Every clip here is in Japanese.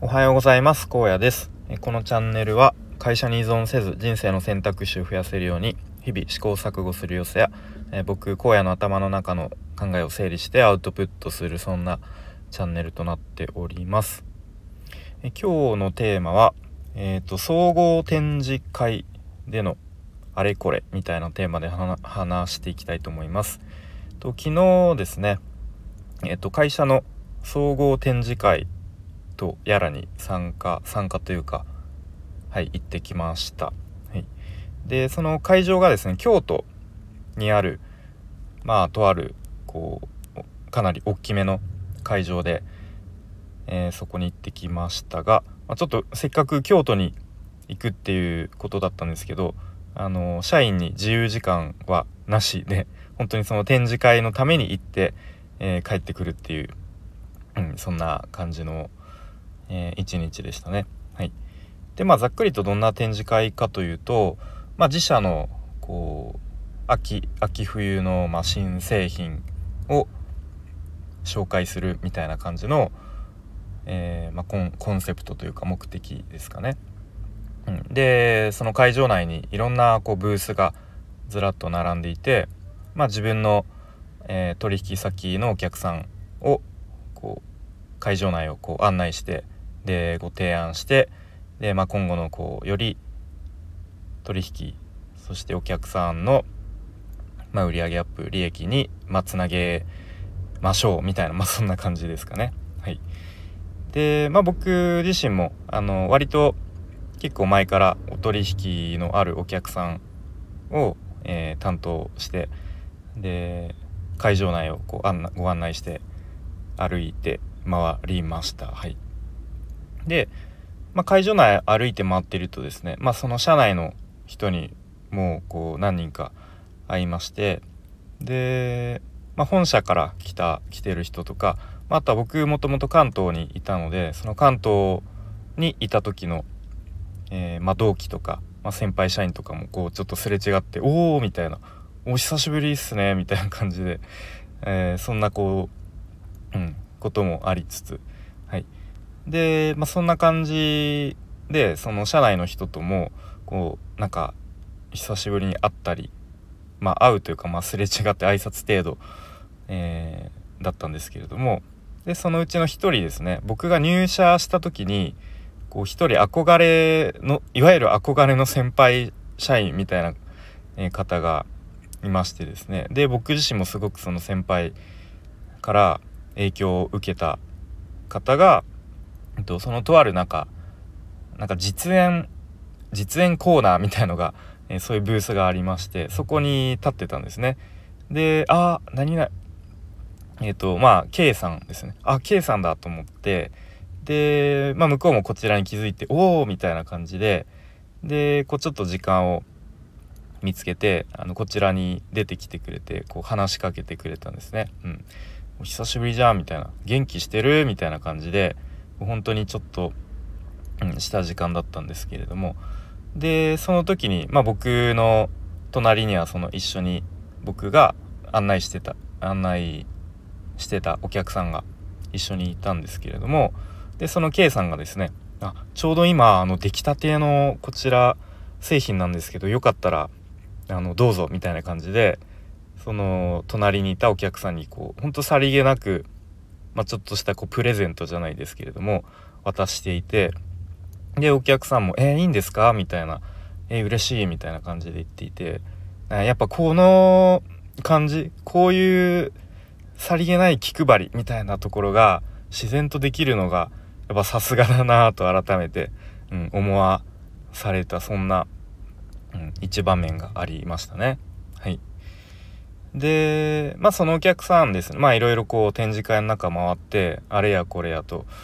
おはようございます。荒野です。このチャンネルは会社に依存せず人生の選択肢を増やせるように日々試行錯誤する様子や僕荒野の頭の中の考えを整理してアウトプットする、そんなチャンネルとなっております。今日のテーマは、総合展示会でのあれこれみたいなテーマで話していきたいと思います。昨日ですね、会社の総合展示会とやらに参加というか、行ってきました。でその会場がですね、京都にあるとあるかなり大きめの会場で、そこに行ってきましたが、ちょっとせっかく京都に行くっていうことだったんですけど、社員に自由時間はなしで本当にその展示会のために行って、帰ってくるっていう、そんな感じの一日でしたね。でざっくりとどんな展示会かというと、自社の秋冬の新製品を紹介するみたいな感じの、コンセプトというか目的ですかね。でその会場内にいろんなブースがずらっと並んでいて、自分の、取引先のお客さんを会場内を案内してでご提案して、で、今後のより取引、そしてお客さんの、売上アップ、利益に、つなげましょうみたいな、そんな感じですかね。で、僕自身も割と結構前からお取引のあるお客さんを、担当して、で会場内をご案内して歩いて回りました。で、会場内歩いて回っているとですね、その社内の人にも何人か会いまして、で、本社から来てる人とか、あとは僕もともと関東にいたので、その関東にいた時の、同期とか、先輩社員とかもちょっとすれ違って、おーみたいな、お久しぶりっすねみたいな感じで、そんなこともありつつ、で、そんな感じでその社内の人ともなんか久しぶりに会ったり、会うというか、すれ違って挨拶程度、だったんですけれども、でそのうちの一人ですね、僕が入社した時に一人憧れの、いわゆる憧れの先輩社員みたいな方がいましてですね、で僕自身もすごくその先輩から影響を受けた方が、そのとあるなんか実演コーナーみたいのが、そういうブースがありまして、そこに立ってたんですね。で、何々K さんですね。K さんだと思って、で、向こうもこちらに気づいて、おーみたいな感じで、でちょっと時間を見つけてこちらに出てきてくれて、話しかけてくれたんですね。お久しぶりじゃんみたいな、元気してるみたいな感じで、本当にちょっと、した時間だったんですけれども、でその時に、僕の隣にはその一緒に僕が案内してたお客さんが一緒にいたんですけれども、でその K さんがですね、ちょうど今出来たてのこちら製品なんですけど、よかったらどうぞみたいな感じで、その隣にいたお客さんにほんとさりげなく、ちょっとしたプレゼントじゃないですけれども渡していて、でお客さんもいいんですかみたいな、嬉しいみたいな感じで言っていて、やっぱこの感じ、こういうさりげない気配りみたいなところが自然とできるのがやっぱさすがだなと改めて、思わされた、そんな、一場面がありましたね。でそのお客さんですね、いろいろ展示会の中回ってあれやこれやと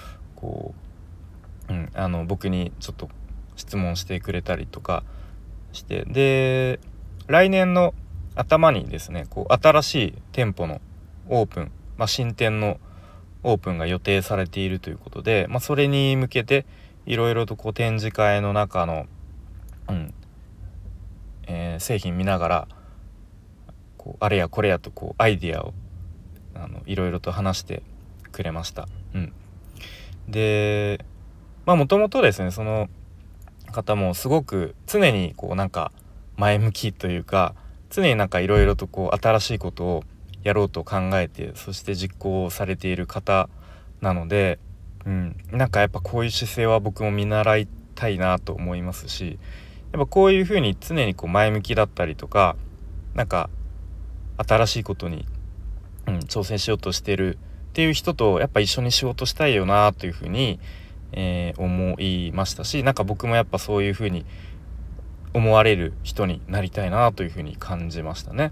僕にちょっと質問してくれたりとかして、で来年の頭にですね、新しい店舗のオープン、新店のオープンが予定されているということで、それに向けていろいろと展示会の中の、製品見ながらあれやこれやとアイディアをいろいろと話してくれました。でもともとですねその方もすごく常にこうなんか前向きというか、常になんかいろいろとこう新しいことをやろうと考えて、そして実行されている方なので、なんかやっぱこういう姿勢は僕も見習いたいなと思いますし、やっぱこういうふうに常にこう前向きだったりとか、なんか新しいことに、挑戦しようとしてるっていう人とやっぱ一緒に仕事したいよなというふうに、思いましたし、なんか僕もやっぱそういうふうに思われる人になりたいなというふうに感じましたね。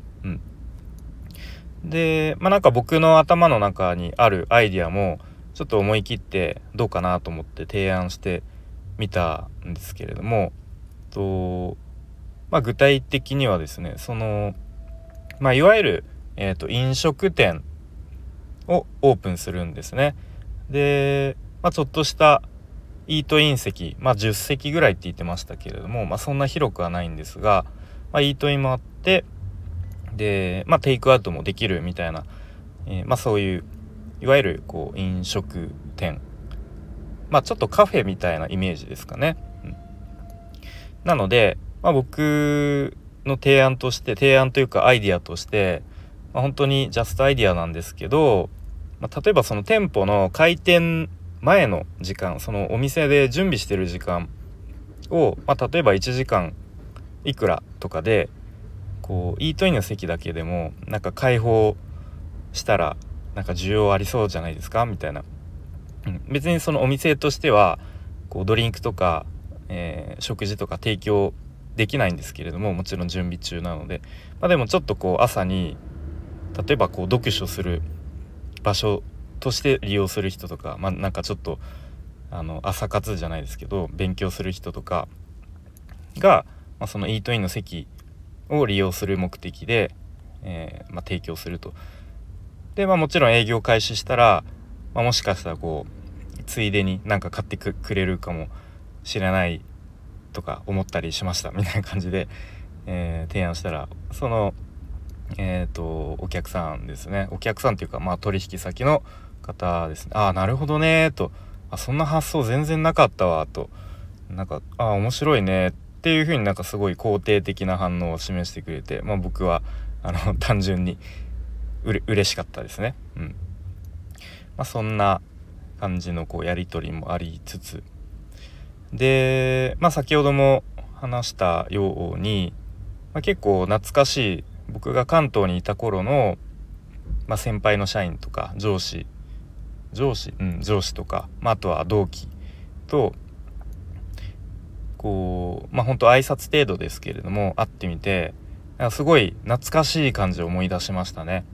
で、なんか僕の頭の中にあるアイディアもちょっと思い切ってどうかなと思って提案してみたんですけれども、具体的にはですね、そのいわゆる、飲食店をオープンするんですね。で、ちょっとしたイートイン席、10席ぐらいって言ってましたけれども、そんな広くはないんですが、イートインもあって、で、テイクアウトもできるみたいな、そういういわゆるこう飲食店、ちょっとカフェみたいなイメージですかね。なので、僕の提案というかアイディアとして、本当にジャストアイディアなんですけど、例えばその店舗の開店前の時間、そのお店で準備してる時間を、例えば1時間いくらとかでこうイートインの席だけでもなんか開放したらなんか需要ありそうじゃないですかみたいな、別にそのお店としてはこうドリンクとか、食事とか提供できないんですけれども、もちろん準備中なので、でもちょっとこう朝に例えばこう読書する場所として利用する人とか、なんかちょっと朝活じゃないですけど勉強する人とかが、そのイートインの席を利用する目的で、提供すると。で、もちろん営業開始したら、もしかしたらこうついでになんか買ってくれるかもしれないとか思ったりしましたみたいな感じで、提案したら、そのお客さんですね、お客さんっていうか取引先の方ですね、なるほどねと、そんな発想全然なかったわと、なんか面白いねっていう風になんかすごい肯定的な反応を示してくれて、僕は単純に嬉しかったですね。そんな感じのこうやり取りもありつつで、先ほども話したように、結構懐かしい僕が関東にいた頃の、先輩の社員とか上司とか、あとは同期とこう本当挨拶程度ですけれども会ってみて、すごい懐かしい感じを思い出しましたね。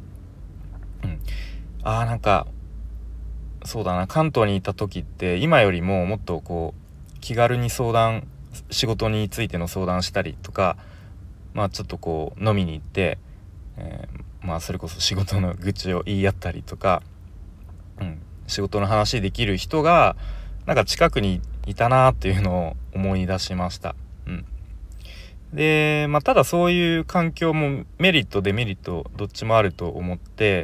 なんかそうだな、関東にいた時って今よりももっとこう気軽に仕事についての相談したりとか、ちょっとこう飲みに行って、それこそ仕事の愚痴を言い合ったりとか、仕事の話できる人がなんか近くにいたなっていうのを思い出しました。で、ただそういう環境もメリットデメリットどっちもあると思って、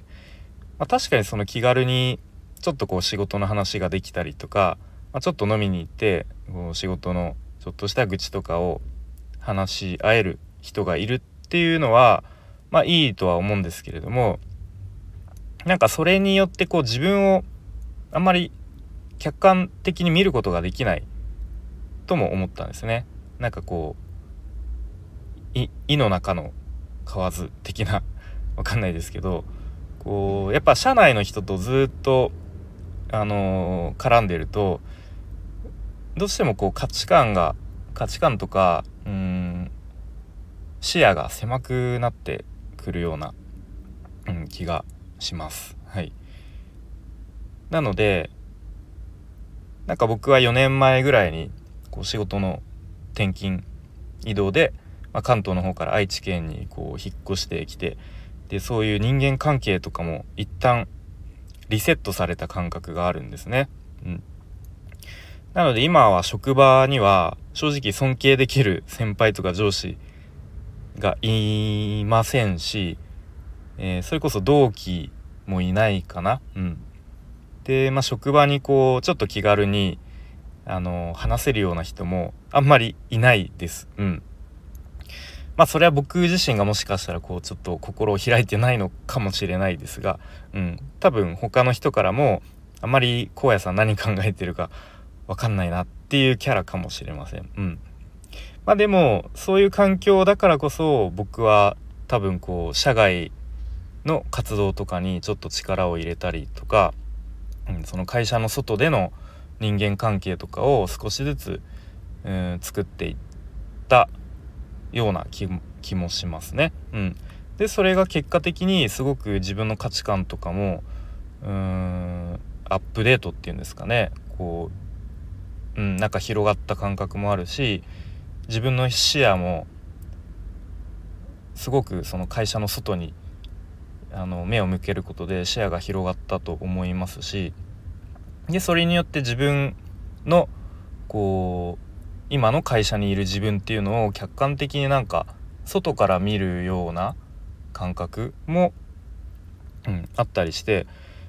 確かにその気軽にちょっとこう仕事の話ができたりとか、ちょっと飲みに行ってこう仕事のちょっとした愚痴とかを話し合える人がいるっていうのはいいとは思うんですけれども、なんかそれによってこう自分をあんまり客観的に見ることができないとも思ったんですね。なんかこう井の中の蛙的なわかんないですけど、こうやっぱ社内の人とずっと絡んでるとどうしてもこう価値観とか視野が狭くなってくるような、気がします。なのでなんか僕は4年前ぐらいにこう仕事の転勤移動で、関東の方から愛知県にこう引っ越してきて、でそういう人間関係とかも一旦リセットされた感覚があるんですね。なので今は職場には正直尊敬できる先輩とか上司がいませんし、それこそ同期もいないかな。で、職場にこうちょっと気軽に話せるような人もあんまりいないです。それは僕自身がもしかしたらこうちょっと心を開いてないのかもしれないですが、多分他の人からもあんまり荒野さん何考えてるか分かんないなっていうキャラかもしれません。でもそういう環境だからこそ僕は多分こう社外の活動とかにちょっと力を入れたりとか、その会社の外での人間関係とかを少しずつ、作っていったような気もしますね。でそれが結果的にすごく自分の価値観とかもアップデートっていうんですかね、こう、なんか広がった感覚もあるし、自分の視野もすごくその会社の外に目を向けることで視野が広がったと思いますし、でそれによって自分のこう今の会社にいる自分っていうのを客観的になんか外から見るような感覚も、あったりして、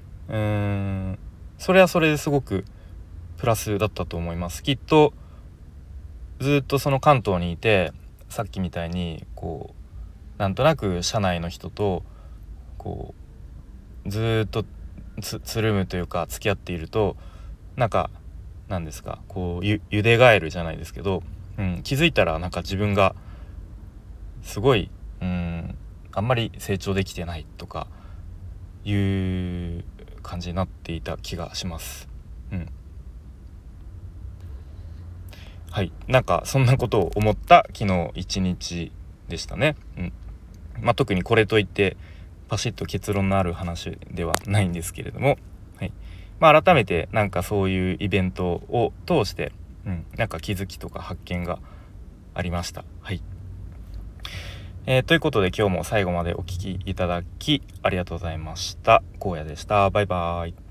それはそれですごくプラスだったと思います。きっとずっとその関東にいて、さっきみたいにこうなんとなく社内の人とこうずっとつるむというか付き合っていると、なんですか、こうゆでガエルじゃないですけど、気づいたらなんか自分がすごいあんまり成長できてないとかいう感じになっていた気がします。はい、なんかそんなことを思った昨日一日でしたね。特にこれといってパシッと結論のある話ではないんですけれども、はい、改めてなんかそういうイベントを通して、なんか気づきとか発見がありました。はい、ということで今日も最後までお聞きいただきありがとうございました。荒野でした。バイバイ。